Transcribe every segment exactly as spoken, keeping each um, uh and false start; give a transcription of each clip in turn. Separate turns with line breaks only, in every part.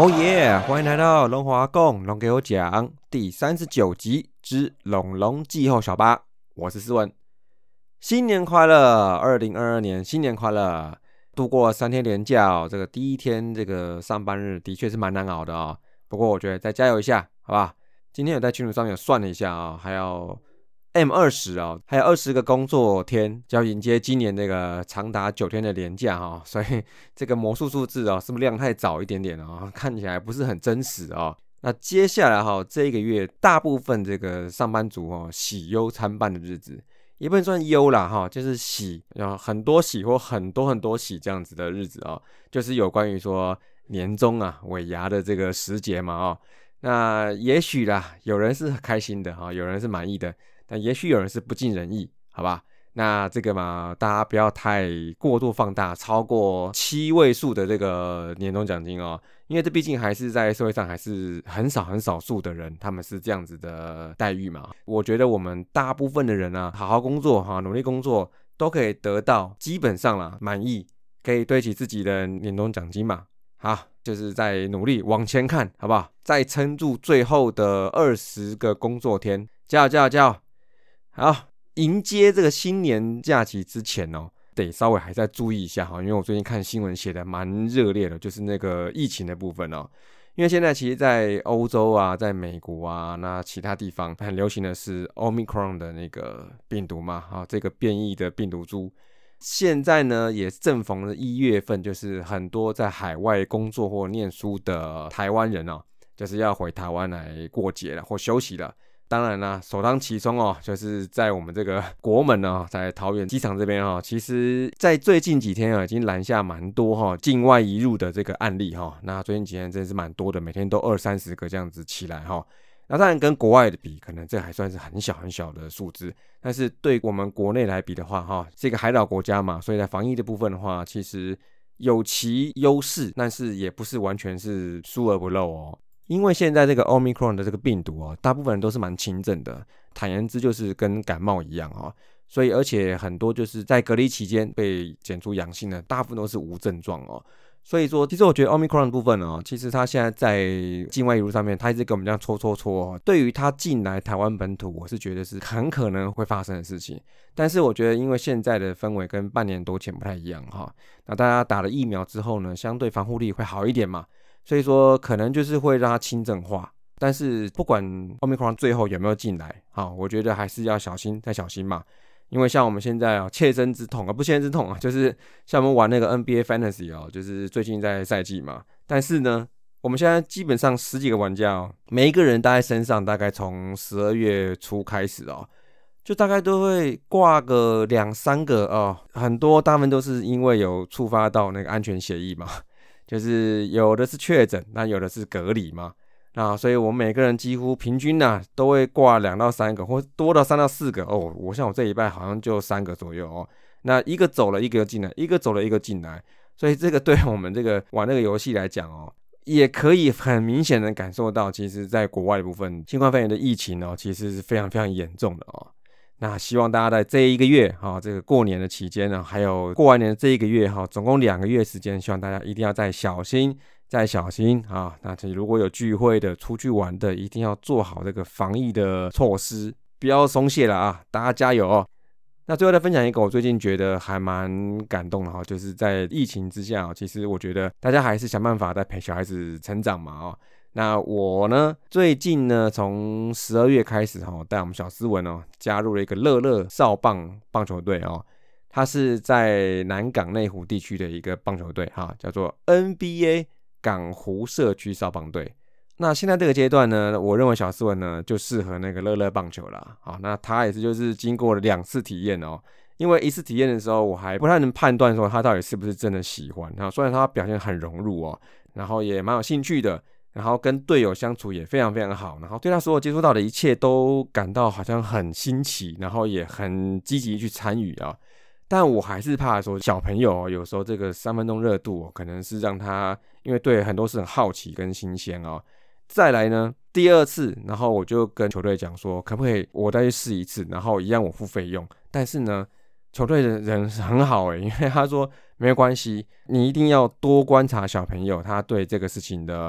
哦耶！欢迎来到龙华共龙给我讲第三十九集之龙龙季后小八，我是思文。新年快乐！二零二二年新年快乐！度过三天连假、哦，这个第一天这个上班日的确是蛮难熬的哦。不过我觉得再加油一下，好吧？今天有在群组上面有算了一下啊、哦，还有 M 二十 哦，还有二十个工作天就要迎接今年这个长达九天的连假哈、哦，所以这个魔术数字哦，是不是量太早一点点哦？看起来不是很真实哦。那接下来哈、哦，这一个月大部分这个上班族哦，喜忧参半的日子，也不能算忧啦哈、哦，就是喜，很多喜或很多很多喜这样子的日子哦，就是有关于说年终啊尾牙的这个时节嘛哦。那也许啦，有人是开心的哈、哦，有人是满意的。但也许有人是不尽人意，好吧？那这个嘛，大家不要太过度放大，超过七位数的这个年终奖金哦，因为这毕竟还是在社会上还是很少很少数的人，他们是这样子的待遇嘛。我觉得我们大部分的人啊，好好工作哈，努力工作，都可以得到基本上啦满意，可以堆起自己的年终奖金嘛。好，就是在努力往前看，好不好？再撑住最后的二十个工作天，加油加油加油！好，迎接这个新年假期之前哦，得稍微还是要注意一下哈，因为我最近看新闻写的蛮热烈的，就是那个疫情的部分哦。因为现在其实，在欧洲啊，在美国啊，那其他地方很流行的是 Omicron 的那个病毒嘛，哈，这个变异的病毒株。现在呢，也正逢了一月份，就是很多在海外工作或念书的台湾人哦，就是要回台湾来过节了或休息了。当然啦，首当其冲哦，就是在我们这个国门哦，在桃园机场这边哦，其实在最近几天啊，已经拦下蛮多哈、哦、境外移入的这个案例哈、哦。那最近几天真的是蛮多的，每天都二三十个这样子起来哈、哦。那当然跟国外的比，可能这还算是很小很小的数字，但是对我们国内来比的话哈、哦，是一个海岛国家嘛，所以在防疫的部分的话，其实有其优势，但是也不是完全是疏而不漏哦。因为现在这个 Omicron 的这个病毒哦，大部分人都是蛮轻症的，坦言之就是跟感冒一样哦，所以而且很多就是在隔离期间被检出阳性的，大部分都是无症状哦。所以说，其实我觉得 Omicron 的部分哦，其实它现在在境外移入上面，它一直跟我们这样戳戳戳哦。对于它进来台湾本土，我是觉得是很可能会发生的事情。但是我觉得，因为现在的氛围跟半年多前不太一样哈、哦，那大家打了疫苗之后呢，相对防护力会好一点嘛。所以说可能就是会让它轻症化，但是不管 Omicron 最后有没有进来，好，我觉得还是要小心再小心嘛。因为像我们现在啊，切身之痛啊，不切身之痛啊，就是像我们玩那个 N B A Fantasy 哦，就是最近在赛季嘛。但是呢，我们现在基本上十几个玩家哦，每一个人大概身上大概从十二月初开始哦，就大概都会挂个两三个哦，很多大部分都是因为有触发到那个安全协议嘛。就是有的是确诊，那有的是隔离嘛，那所以我们每个人几乎平均啊都会挂两到三个，或多到三到四个哦。我像我这一拜好像就三个左右哦。那一个走了，一个进来，一个走了，一个进来，所以这个对我们这个玩那个游戏来讲哦，也可以很明显的感受到，其实在国外的部分新冠肺炎的疫情哦，其实是非常非常严重的哦。那希望大家在这一个月哈、哦，这个过年的期间呢，还有过完年的这一个月哈、哦，总共两个月时间，希望大家一定要再小心，再小心啊！那如果有聚会的、出去玩的，一定要做好这个防疫的措施，不要松懈了啊！大家加油哦！那最后再分享一个我最近觉得还蛮感动的哈，就是在疫情之下，其实我觉得大家还是想办法在陪小孩子成长嘛哦。那我呢，最近呢，从十二月开始哈，带我们小斯文哦，加入了一个乐乐少棒棒球队哦，它是在南港内湖地区的一个棒球队哈，叫做 N B A 港湖社区少棒队。那现在这个阶段呢，我认为小斯文呢就适合那个乐乐棒球了。好，那他也是就是经过了两次体验哦，因为一次体验的时候，我还不太能判断说他到底是不是真的喜欢。然后虽然他表现很融入哦，然后也蛮有兴趣的。然后跟队友相处也非常非常好，然后对他所有接触到的一切都感到好像很新奇，然后也很积极去参与啊。但我还是怕说小朋友、哦、有时候这个三分钟热度、哦、可能是让他因为对很多事很好奇跟新鲜哦。再来呢，第二次，然后我就跟球队讲说，可不可以我再去试一次，然后一样我付费用。但是呢，球队的人很好诶，因为他说没关系，你一定要多观察小朋友他对这个事情的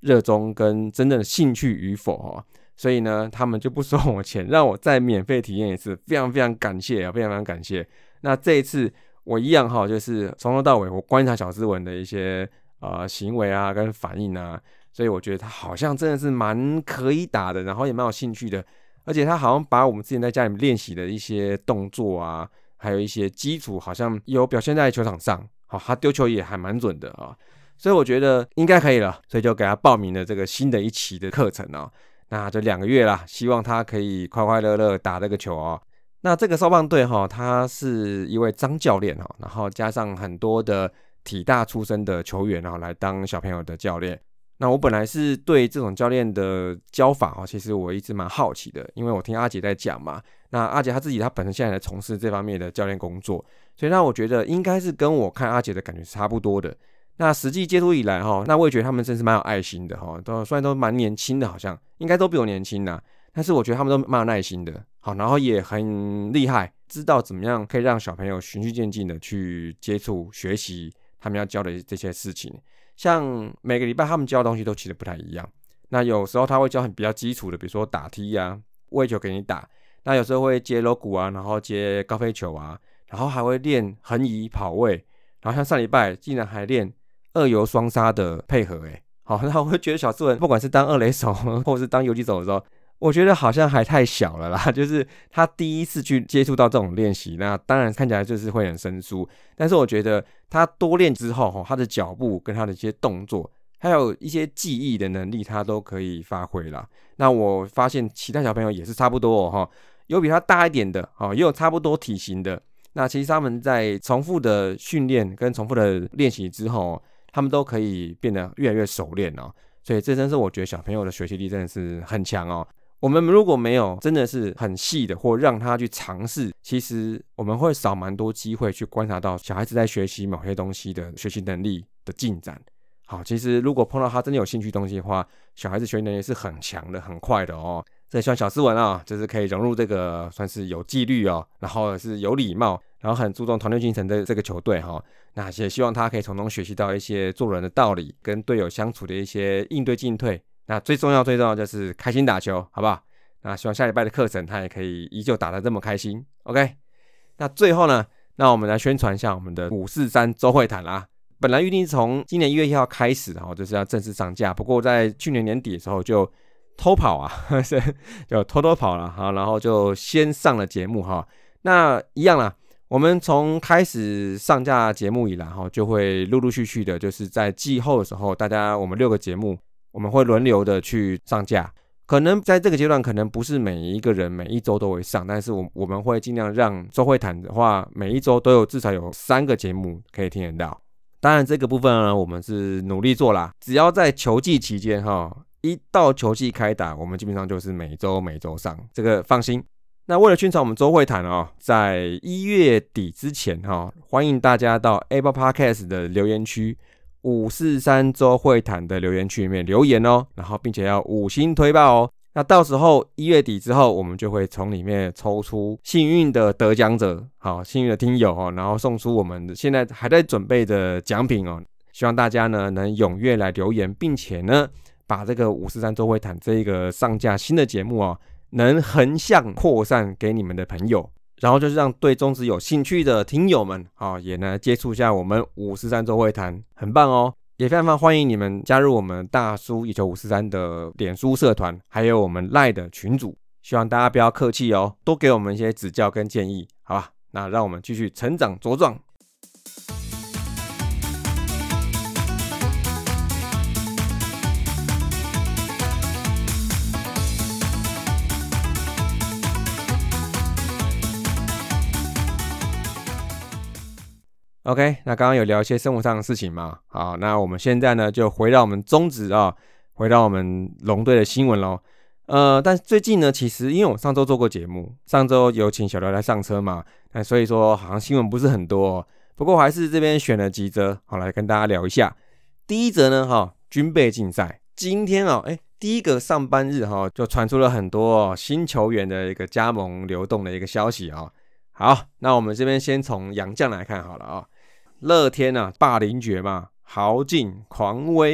热衷跟真正的兴趣与否哦。所以呢，他们就不收我钱，让我再免费体验一次，非常非常感谢啊，非常非常感谢。那这一次我一样哈，就是从头到尾我观察小斯文的一些呃行为啊跟反应啊，所以我觉得他好像真的是蛮可以打的，然后也蛮有兴趣的，而且他好像把我们之前在家里面练习的一些动作啊，还有一些基础，好像有表现在球场上，好，他丢球也还蛮准的啊，所以我觉得应该可以了，所以就给他报名了这个新的一期的课程啊。那就两个月啦，希望他可以快快乐乐打这个球哦。那这个少棒队哈，他是一位张教练哈，然后加上很多的体大出身的球员哈，来当小朋友的教练。那我本来是对这种教练的教法哈，其实我一直蛮好奇的，因为我听阿杰在讲嘛。那阿杰他自己他本身现在在从事这方面的教练工作，所以让我觉得应该是跟我看阿杰的感觉是差不多的。那实际接触以来哈，那我也觉得他们真是蛮有爱心的哈，都虽然都蛮年轻的，好像应该都比我年轻啦，但是我觉得他们都蛮有耐心的，好，然后也很厉害，知道怎么样可以让小朋友循序渐进的去接触学习他们要教的这些事情。像每个礼拜他们教的东西都其实不太一样，那有时候他会教很比较基础的，比如说打踢啊，喂球给你打，那有时候会接锣鼓啊，然后接高飞球啊，然后还会练横移跑位，然后像上礼拜竟然还练二游双杀的配合，哎，好，那我会觉得小斯文不管是当二垒手或者是当游击手的时候，我觉得好像还太小了啦，就是他第一次去接触到这种练习，那当然看起来就是会很生疏，但是我觉得他多练之后，他的脚步跟他的一些动作，还有一些记忆的能力，他都可以发挥啦。那我发现其他小朋友也是差不多哦，有比他大一点的，也有差不多体型的。那其实他们在重复的训练跟重复的练习之后，他们都可以变得越来越熟练哦。所以这真是我觉得小朋友的学习力真的是很强哦。我们如果没有真的是很细的或让他去尝试，其实我们会少蛮多机会去观察到小孩子在学习某些东西的学习能力的进展。好，其实如果碰到他真的有兴趣的东西的话，小孩子学习能力是很强的很快的哦。这也希望小斯文啊，就是可以融入这个算是有纪律哦，然后是有礼貌，然后很注重团队精神的这个球队哈、哦。那也希望他可以从中学习到一些做人的道理，跟队友相处的一些应对进退。那最重要最重要就是开心打球，好不好？那希望下礼拜的课程他也可以依旧打得这么开心。OK， 那最后呢，那我们来宣传一下我们的五四三周会谈啦。本来预定从今年一月一号开始，然后就是要正式上架，不过在去年年底的时候就偷跑啊，就偷偷跑了哈，然后就先上了节目哈。那一样啦，我们从开始上架节目以来哈，就会陆陆续续的，就是在季后的时候，大家我们六个节目我们会轮流的去上架。可能在这个阶段，可能不是每一个人每一周都会上，但是我我们会尽量让周会谈的话，每一周都有至少有三个节目可以听得到。当然这个部分呢，我们是努力做啦，只要在球季期间哈，一到球季开打，我们基本上就是每周每周上，这个放心。那为了宣传我们周会谈哦，在一月底之前哈，欢迎大家到 Apple Podcast 的留言区五四三周会谈的留言区里面留言哦，然后并且要五星推爆哦。那到时候一月底之后，我们就会从里面抽出幸运的得奖者，好，幸运的听友哦，然后送出我们现在还在准备的奖品哦。希望大家呢能踊跃来留言，并且呢把这个五四三周会谈这一个上架新的节目哦，能横向扩散给你们的朋友。然后就是让对中职有兴趣的听友们、哦、也呢接触一下我们五四三周会谈，很棒哦！也非常非常欢迎你们加入我们大叔野球五四三的脸书社团，还有我们 LINE 的群组。希望大家不要客气哦，多给我们一些指教跟建议，好吧？那让我们继续成长茁壮。OK， 那刚刚有聊一些生活上的事情嘛，好，那我们现在呢就回到我们中职啊，回到我们龙队的新闻咯。呃，但最近呢，其实因为我上周做过节目，上周有请小刘来上车嘛，那所以说好像新闻不是很多、哦，不过还是这边选了几则，好来跟大家聊一下。第一则呢，哈、哦，军备竞赛，今天啊、哦，哎，第一个上班日哈、哦，就传出了很多、哦、新球员的一个加盟流动的一个消息啊、哦。好，那我们这边先从洋将来看好了啊、哦。乐天啊，霸凌爵嘛，豪进、狂威，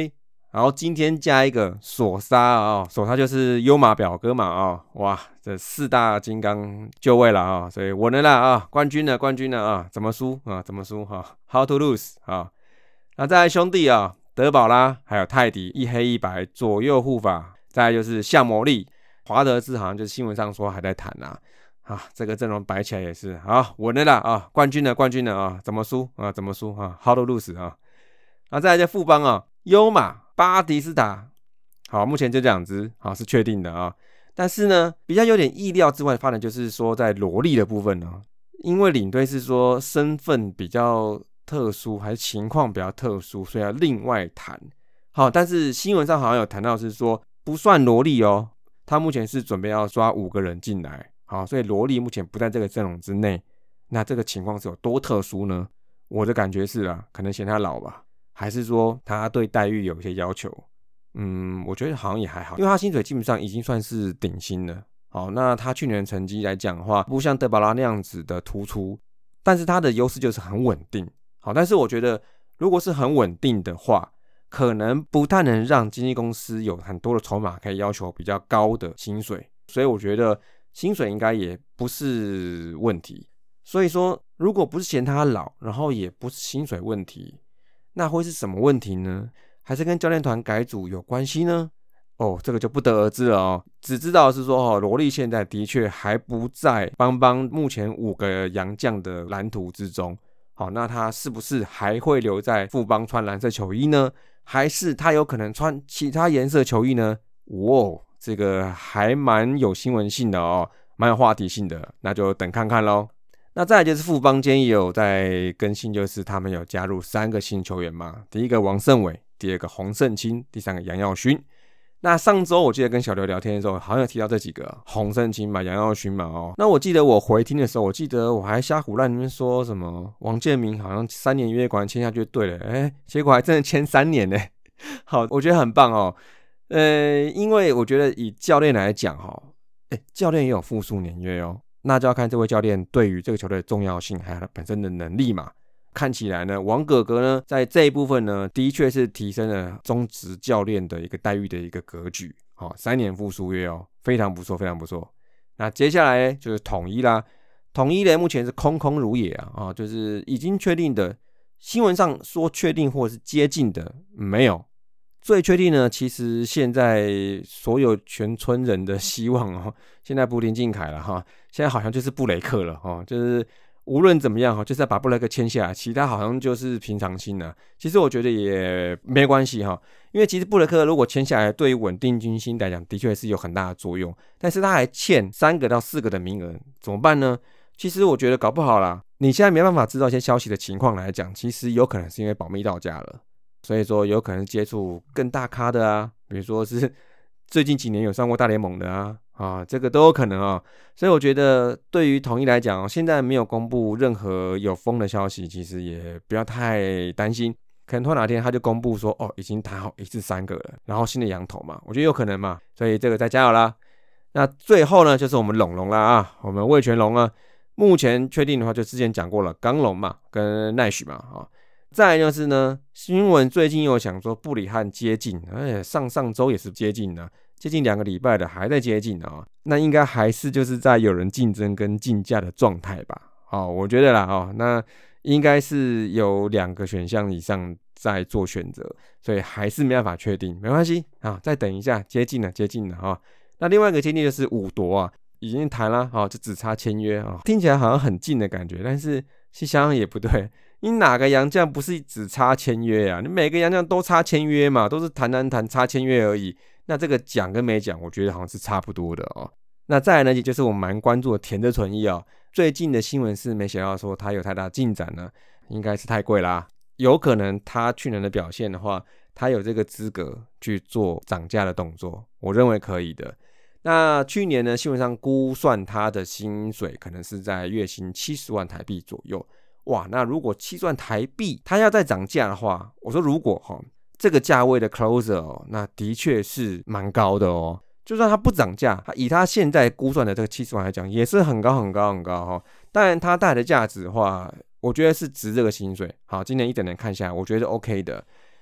然后今天加一个索沙啊，索沙就是优马表哥嘛啊，哇，这四大金刚就位了啊，所以稳了啦啊，冠军了，冠军了啊，怎么输啊？怎么输哈 ？How to lose 啊？那再来兄弟啊，德保拉还有泰迪一黑一白左右护法，再来就是象魔力，华德兹好像就是新闻上说还在谈啊。啊，这个阵容摆起来也是好稳了啦啊，冠军了，冠军了啊，怎么输啊？怎么输啊 ？How to lose 啊？那再来就富邦啊，优马。巴迪斯塔，好，目前就这两支，好是确定的啊。但是呢，比较有点意料之外的发展，就是说在罗力的部分呢，因为领队是说身份比较特殊，还是情况比较特殊，所以要另外谈。好，但是新闻上好像有谈到是说不算罗力哦，他目前是准备要抓五个人进来，好，所以罗力目前不在这个阵容之内。那这个情况是有多特殊呢？我的感觉是啊，可能嫌他老吧。还是说他对待遇有一些要求？嗯，我觉得好像也还好，因为他薪水基本上已经算是顶薪了。好，那他去年的成绩来讲的话，不像德保拉那样子的突出，但是他的优势就是很稳定。好，但是我觉得如果是很稳定的话，可能不太能让经纪公司有很多的筹码可以要求比较高的薪水，所以我觉得薪水应该也不是问题。所以说，如果不是嫌他老，然后也不是薪水问题，那会是什么问题呢？还是跟教练团改组有关系呢？哦，这个就不得而知了哦。只知道是说，哦，罗力现在的确还不在邦邦目前五个洋将的蓝图之中。好，那他是不是还会留在富邦穿蓝色球衣呢？还是他有可能穿其他颜色球衣呢？哇，这个还蛮有新闻性的哦，蛮有话题性的，那就等看看咯。那再来就是富邦今天也有在更新，就是他们有加入三个新球员嘛，第一个王胜伟，第二个洪胜清，第三个杨耀勋。那上周我记得跟小刘聊天的时候，好像有提到这几个，洪胜清嘛，杨耀勋嘛哦。那我记得我回听的时候，我记得我还瞎胡乱那边说什么王建民好像三年约款签下去就对了，哎、欸，结果还真的签三年呢。好，我觉得很棒哦。呃，因为我觉得以教练来讲哈，哎、欸，教练也有复数年约哦。那就要看这位教练对于这个球队的重要性，还有他本身的能力嘛。看起来呢，王哥哥呢，在这一部分呢，的确是提升了中职教练的一个待遇的一个格局。好、哦，三年复数约哦，非常不错，非常不错。那接下来就是统一啦，统一呢目前是空空如也啊，哦、就是已经确定的，新闻上说确定或者是接近的没有。最确定呢，其实现在所有全村人的希望哦，现在不林敬凯了哈，现在好像就是布雷克了哦，就是无论怎么样哈，就是要把布雷克签下来，其他好像就是平常心了。其实我觉得也没关系哈，因为其实布雷克如果签下来，对于稳定军心来讲，的确是有很大的作用。但是他还欠三个到四个的名额，怎么办呢？其实我觉得搞不好啦，你现在没办法知道一些消息的情况来讲，其实有可能是因为保密到家了。所以说有可能接触更大咖的啊，比如说是最近几年有上过大联盟的啊，啊，这个都有可能啊。所以我觉得对于统一来讲，现在没有公布任何有风的消息，其实也不要太担心。可能突然哪天他就公布说，哦，已经谈好一至三个了，然后新的洋投嘛，我觉得有可能嘛。所以这个再加油啦。那最后呢，就是我们龙龙啦啊，我们味全龙啊，目前确定的话，就之前讲过了，刚龙嘛，跟奈许嘛，啊。再来就是呢，新闻最近又想说布里汉接近，哎，上上周也是接近呢、啊，接近两个礼拜的还在接近啊，那应该还是就是在有人竞争跟竞价的状态吧？哦，我觉得啦，哦，那应该是有两个选项以上在做选择，所以还是没办法确定，没关系啊，再等一下，接近了，接近了哈、哦。那另外一个接近就是五夺啊，已经谈了啊、哦，就只差签约啊、哦，听起来好像很近的感觉，但是细想想也不对。你哪个洋将不是只差签约啊？你每个洋将都差签约嘛，都是谈谈谈差签约而已。那这个讲跟没讲，我觉得好像是差不多的哦。那再来呢，也就是我们蛮关注的田泽纯一哦。最近的新闻是没想到说他有太大进展呢，应该是太贵啦。有可能他去年的表现的话，他有这个资格去做涨价的动作，我认为可以的。那去年呢，新闻上估算他的薪水可能是在月薪七十万台币左右。哇，那如果七十万台币，他要再涨价的话，我说如果哈这个价位的 closer 哦，那的确是蛮高的哦。就算他不涨价，以他现在估算的这个七十万来讲，也是很高很高很高哈。当然，他带来的价值的话，我觉得是值这个薪水。好，今年一整年看下来，我觉得 OK 的。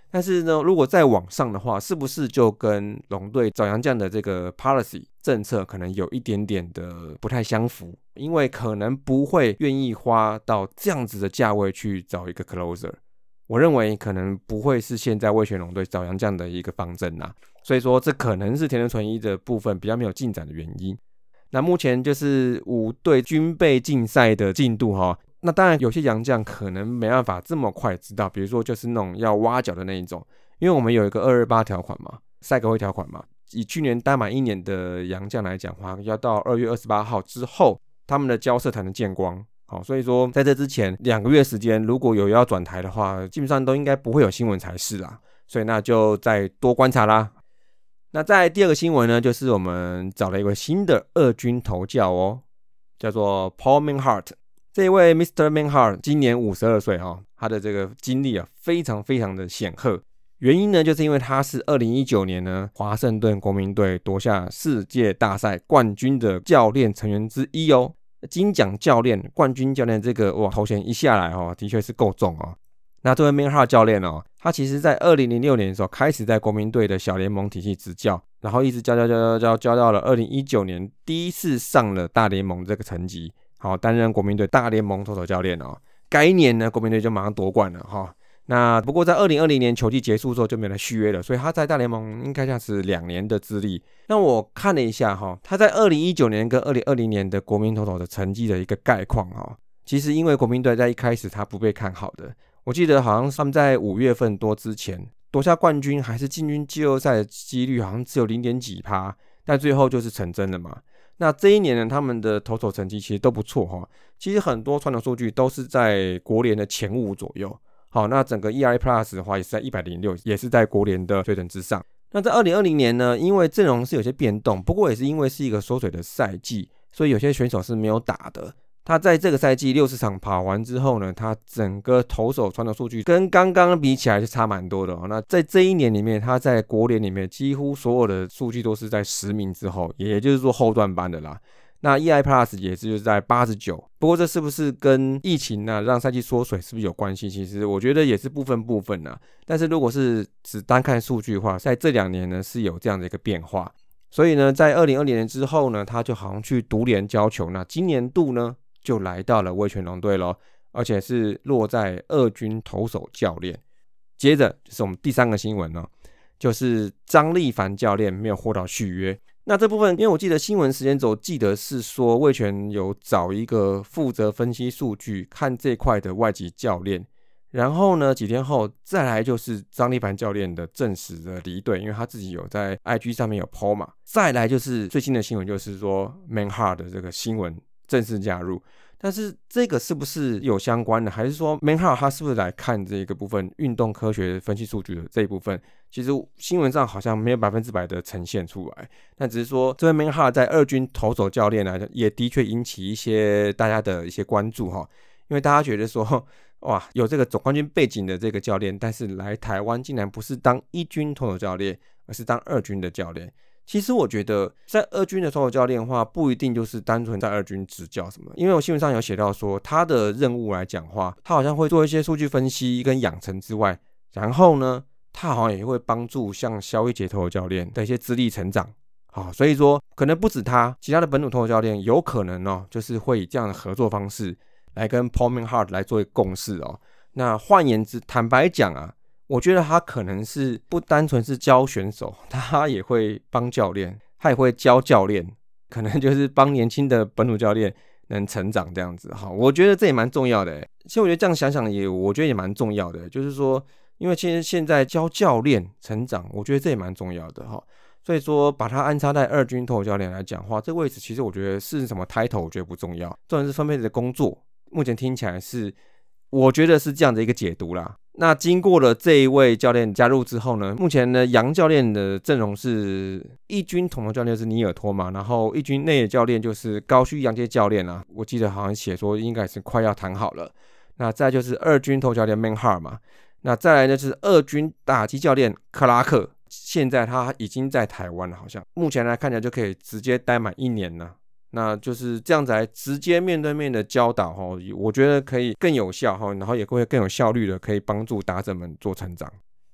但是呢，如果再往上的话，是不是就跟龙队找洋将的这个 policy 政策可能有一点点的不太相符？因为可能不会愿意花到这样子的价位去找一个 closer。我认为可能不会是现在味全龙队找洋将的一个方针啦，所以说这可能是田中纯一的部分比较没有进展的原因。那目前就是五队军备竞赛的进度哈。那当然有些洋将可能没办法这么快知道，比如说就是那种要挖角的那一种，因为我们有一个二二八条款嘛，赛格会条款嘛，以去年待满一年的洋将来讲的话，要到二月二十八号之后他们的交涉才能见光。好，所以说在这之前两个月时间，如果有要转台的话，基本上都应该不会有新闻才是啦，所以那就再多观察啦。那在第二个新闻呢，就是我们找了一位新的二军投教哦，叫做 Paul Manhart。这一位 Mister Manhart 今年五十二岁哈，他的这个经历啊非常非常的显赫。原因呢，就是因为他是二零一九年呢华盛顿国民队夺下世界大赛冠军的教练成员之一哦。金奖教练、冠军教练这个哇头衔一下来哦，的确是够重哦。那这位 Manhart 教练哦，他其实在二零零六年的时候开始在国民队的小联盟体系执教，然后一直教教教教教教到了二零一九年第一次上了大联盟这个层级。好，担任国民队大联盟投手教练哦。该一年呢，国民队就马上夺冠了哈、哦。那不过在二零二零年球季结束之后就没有来续约了，所以他在大联盟应该像是两年的资历。那我看了一下哈、哦，他在二零一九年跟二零二零年的国民投手的成绩的一个概况哈、哦。其实因为国民队在一开始他不被看好的，我记得好像他们在五月份多之前夺下冠军还是进军季后赛的几率好像只有零点几趴，但最后就是成真了嘛。那这一年呢，他们的投手成绩其实都不错哈。其实很多传统数据都是在国联的前五左右。好，那整个 E R A Plus 的话也是在一百零六，也是在国联的水准之上。那在二零二零年呢，因为阵容是有些变动，不过也是因为是一个缩水的赛季，所以有些选手是没有打的。他在这个赛季六十场跑完之后呢，他整个投手传统数据跟刚刚比起来是差蛮多的哦。那在这一年里面，他在国联里面几乎所有的数据都是在十名之后，也就是说后段班的啦。那 E R A Plus 也是就是在八十九，不过这是不是跟疫情呢、啊、让赛季缩水是不是有关系？其实我觉得也是部分部分啦。但是如果是只单看数据的话，在这两年呢是有这样的一个变化。所以呢，在二零二零年之后呢，他就好像去独联教球。那今年度呢？就来到了味全龙队咯，而且是落在二军投手教练。接着就是我们第三个新闻呢，就是张立凡教练没有获到续约。那这部分因为我记得新闻时间轴记得是说味全有找一个负责分析数据看这块的外籍教练，然后呢几天后再来就是张立凡教练的正式的离队，因为他自己有在 I G 上面有 po 嘛。再来就是最新的新闻，就是说 Manhart 的这个新闻正式加入。但是这个是不是有相关的，还是说 Manhart 他是不是来看这个部分运动科学分析数据的这一部分，其实新闻上好像没有百分之百的呈现出来。但只是说这位 Manhart 在二军投手教练呢，也的确引起一些大家的一些关注哈，因为大家觉得说哇，有这个总冠军背景的这个教练，但是来台湾竟然不是当一军投手教练，而是当二军的教练。其实我觉得在二军的投手教练的话，不一定就是单纯在二军执教什么，因为我新闻上有写到说他的任务来讲话，他好像会做一些数据分析跟养成之外，然后呢他好像也会帮助像萧一杰投手教练的一些资历成长。好，所以说可能不止他，其他的本土投手教练有可能哦，就是会以这样的合作方式来跟 Paul Manhart 来做一个共识哦。那换言之，坦白讲啊，我觉得他可能是不单纯是教选手，他也会帮教练，他也会教教练，可能就是帮年轻的本土教练能成长这样子。好，我觉得这也蛮重要的。其实我觉得这样想想也，我觉得也蛮重要的，就是说，因为其实现在教教练成长，我觉得这也蛮重要的哈。所以说，把他安插在二军投手教练来讲话，这个位置其实我觉得是什么 title， 我觉得不重要，重点是分配的工作。目前听起来是，我觉得是这样的一个解读啦。那经过了这一位教练加入之后呢，目前呢杨教练的阵容是一军统筹教练是尼尔托嘛，然后一军内野教练就是高须洋介教练啊，我记得好像写说应该是快要谈好了。那再就是二军投教练 Manhart 嘛，那再来呢就是二军打击教练克拉克，现在他已经在台湾了，好像目前来看起来就可以直接待满一年了。那就是这样子来直接面对面的教导，我觉得可以更有效，然后也会更有效率的可以帮助打者们做成长。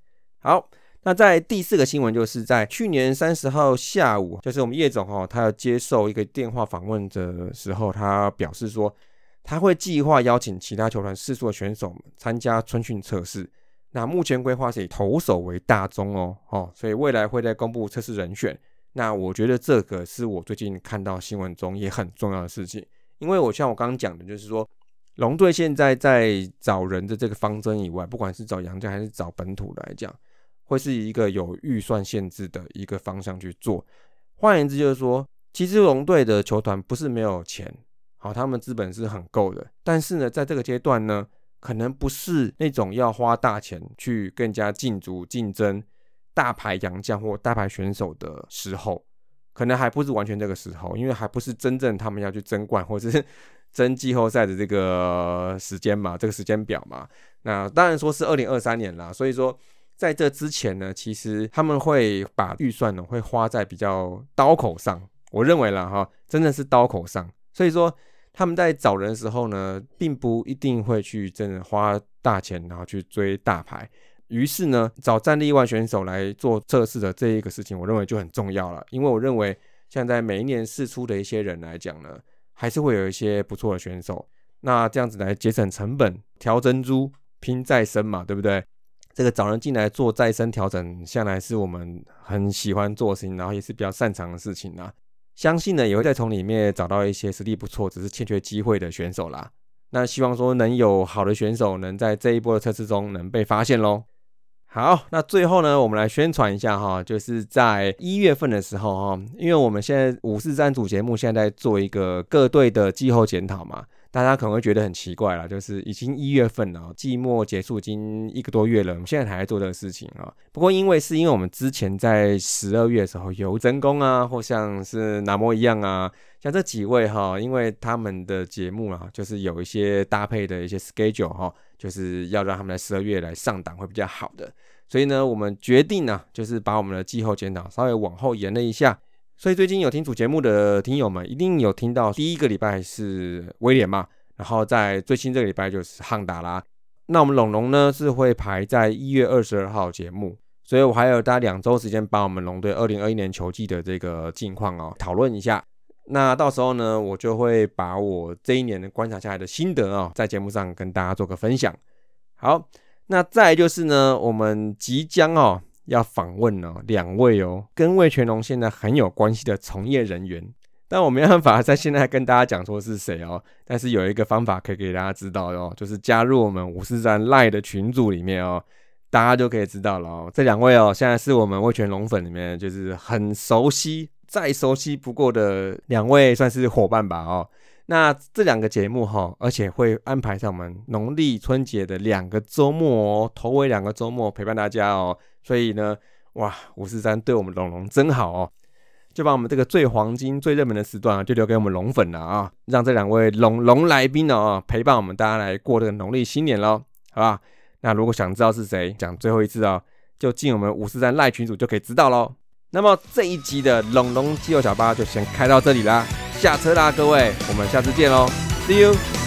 好，那在第四个新闻，就是在去年三十号下午，就是我们叶总哦，他要接受一个电话访问的时候，他表示说，他会计划邀请其他球团释出的选手参加春训测试。那目前规划是以投手为大宗哦，哦，所以未来会再公布测试人选。那我觉得这个是我最近看到新闻中也很重要的事情，因为我像我刚刚讲的，就是说龙队现在在找人的这个方针以外，不管是找洋将还是找本土来讲，会是一个有预算限制的一个方向去做。换言之就是说，其实龙队的球团不是没有钱，好，他们资本是很够的，但是呢，在这个阶段呢，可能不是那种要花大钱去更加竞逐竞争大牌洋将或大牌选手的时候，可能还不是完全这个时候，因为还不是真正他们要去争冠或者是争季后赛的这个时间嘛，这个时间表嘛。那当然说是二零二三年啦，所以说在这之前呢，其实他们会把预算呢会花在比较刀口上，我认为啦哈，真的是刀口上，所以说他们在找人的时候呢，并不一定会去真的花大钱然后去追大牌。于是呢，找战力外选手来做测试的这一个事情，我认为就很重要了。因为我认为现在每一年释出的一些人来讲呢，还是会有一些不错的选手。那这样子来节省成本，调珍珠拼再生嘛，对不对？这个找人进来做再生调整，向来是我们很喜欢做的事情，然后也是比较擅长的事情啦。相信呢，也会再从里面找到一些实力不错，只是欠缺机会的选手啦。那希望说能有好的选手能在这一波的测试中能被发现咯。好，那最后呢，我们来宣传一下哈，就是在一月份的时候哈，因为我们现在五四三组节目现在在做一个各队的季后检讨嘛，大家可能会觉得很奇怪啦，就是已经一月份了，季末结束已经一个多月了，我们现在还在做这个事情啊。不过因为是因为我们之前在十二月的时候有真宫啊，或像是南摩一样啊，像这几位哈，因为他们的节目啊，就是有一些搭配的一些 schedule 哈，就是要让他们在十二月来上档会比较好的。所以呢，我们决定呢、啊，就是把我们的季后检讨稍微往后延了一下。所以最近有听主节目的听友们，一定有听到第一个礼拜是威廉嘛，然后在最新这个礼拜就是汉达拉。那我们龙龙呢是会排在一月二十二号节目，所以我还有大概两周时间把我们龙队二零二一年球季的这个近况哦讨论一下。那到时候呢，我就会把我这一年的观察下来的心得哦，在节目上跟大家做个分享。好。那再来就是呢，我们即将哦要访问哦两位哦跟味全龙现在很有关系的从业人员，但我没办法在现在跟大家讲说是谁哦，但是有一个方法可以给大家知道哦，就是加入我们五四三 LINE 的群组里面哦，大家就可以知道了哦。这两位哦，现在是我们味全龙粉里面就是很熟悉、再熟悉不过的两位，算是伙伴吧哦。那这两个节目哈，而且会安排在我们农历春节的两个周末哦，头尾两个周末陪伴大家哦。所以呢，哇，五四三对我们龙龙真好哦，就把我们这个最黄金、最热门的时段啊，就留给我们龙粉了啊，让这两位龙龙来宾哦，陪伴我们大家来过这个农历新年咯，好吧？那如果想知道是谁，讲最后一次哦，就进我们五四三 LINE 群组就可以知道咯。那么这一集的龙龙季后小巴就先开到这里啦。下车啦，各位，我们下次见喽 ，See you。